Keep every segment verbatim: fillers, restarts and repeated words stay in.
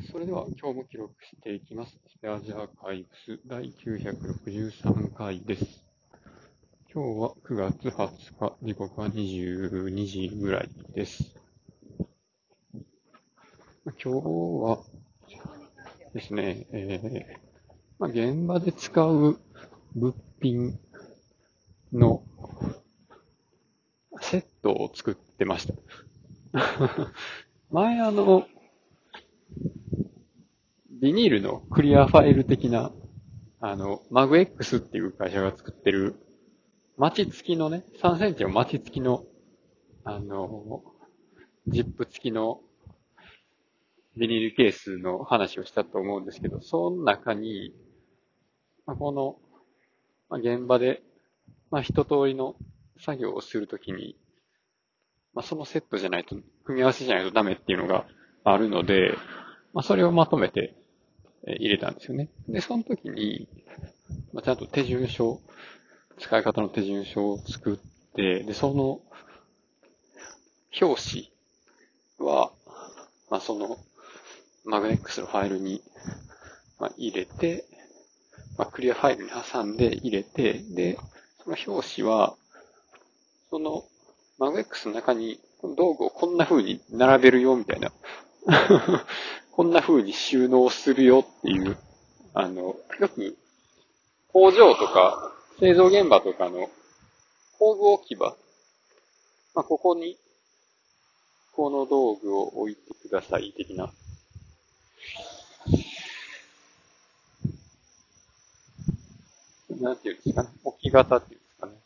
それでは今日も記録していきます。スペアジアーカイブスだいきゅうひゃくろくじゅうさんかいです。今日はくがつはつか、時刻はにじゅうにじぐらいです。今日はですね、えーまあ、現場で使う物品のセットを作ってました。前あの、ビニールのクリアファイル的な、あの、マグエックスっていう会社が作ってる、マチ付きのね、さんセンチのマチ付きの、あの、ジップ付きのビニールケースの話をしたと思うんですけど、その中に、まあ、この、まあ、現場で、まあ、一通りの作業をするときに、まあ、そのセットじゃないと、組み合わせじゃないとダメっていうのがあるので、まあ、それをまとめて入れたんですよね。で、その時に、まあ、ちゃんと手順書、使い方の手順書を作って、で、その表紙は、まあ、そのマグネックスのファイルに、まあ、入れて、まあ、クリアファイルに挟んで入れて、で、その表紙は、そのマグネックスの中に道具をこんな風に並べるよみたいな、こんな風に収納するよっていう、あの、よく工場とか製造現場とかの工具置き場、まあ、ここにこの道具を置いてください的な、なんていうんですかね、置き型っていうんですかね。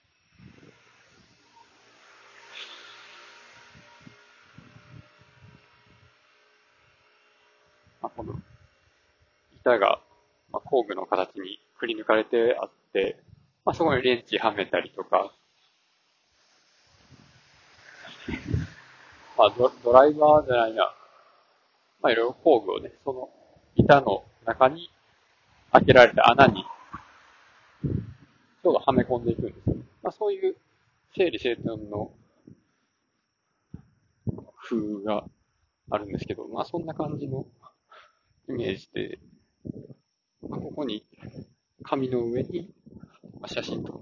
まあ、この板が、まあ、工具の形にくり抜かれてあって、まあ、そこにレンチはめたりとか、まあド、ドライバーじゃないな。まあ、いろいろ工具をね、その板の中に開けられた穴にちょうどはめ込んでいくんですよね。まあ、そういう整理整頓の風があるんですけど、まあ、そんな感じのイメージで、まあ、ここに紙の上に写真撮って、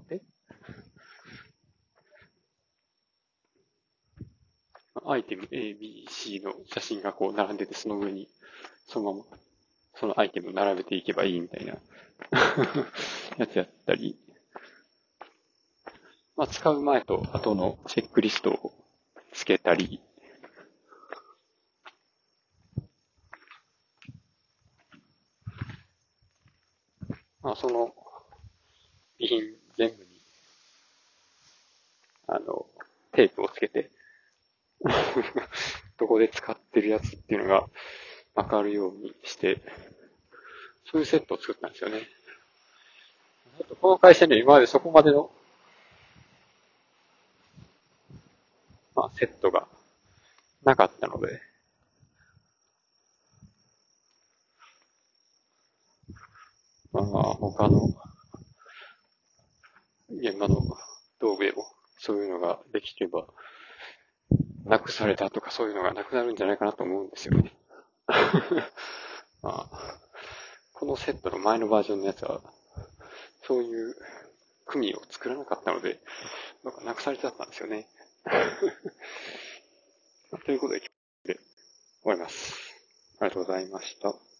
アイテム A、B、C の写真がこう並んでて、その上にそのままそのアイテムを並べていけばいいみたいなやつやったり、まあ、使う前と後のチェックリストをつけたり、まあ、その備品全部にあのテープをつけてどこで使ってるやつっていうのがわかるようにして、そういうセットを作ったんですよね。ちょっとこの会社には今までそこまでの、まあ、セットがなかったので、まあ、他の現場の道具でもそういうのができれば、なくされたとかそういうのがなくなるんじゃないかなと思うんですよね。まあ、このセットの前のバージョンのやつは、そういう組を作らなかったので、なんかなくされちゃったんですよね。ということで、終わります。ありがとうございました。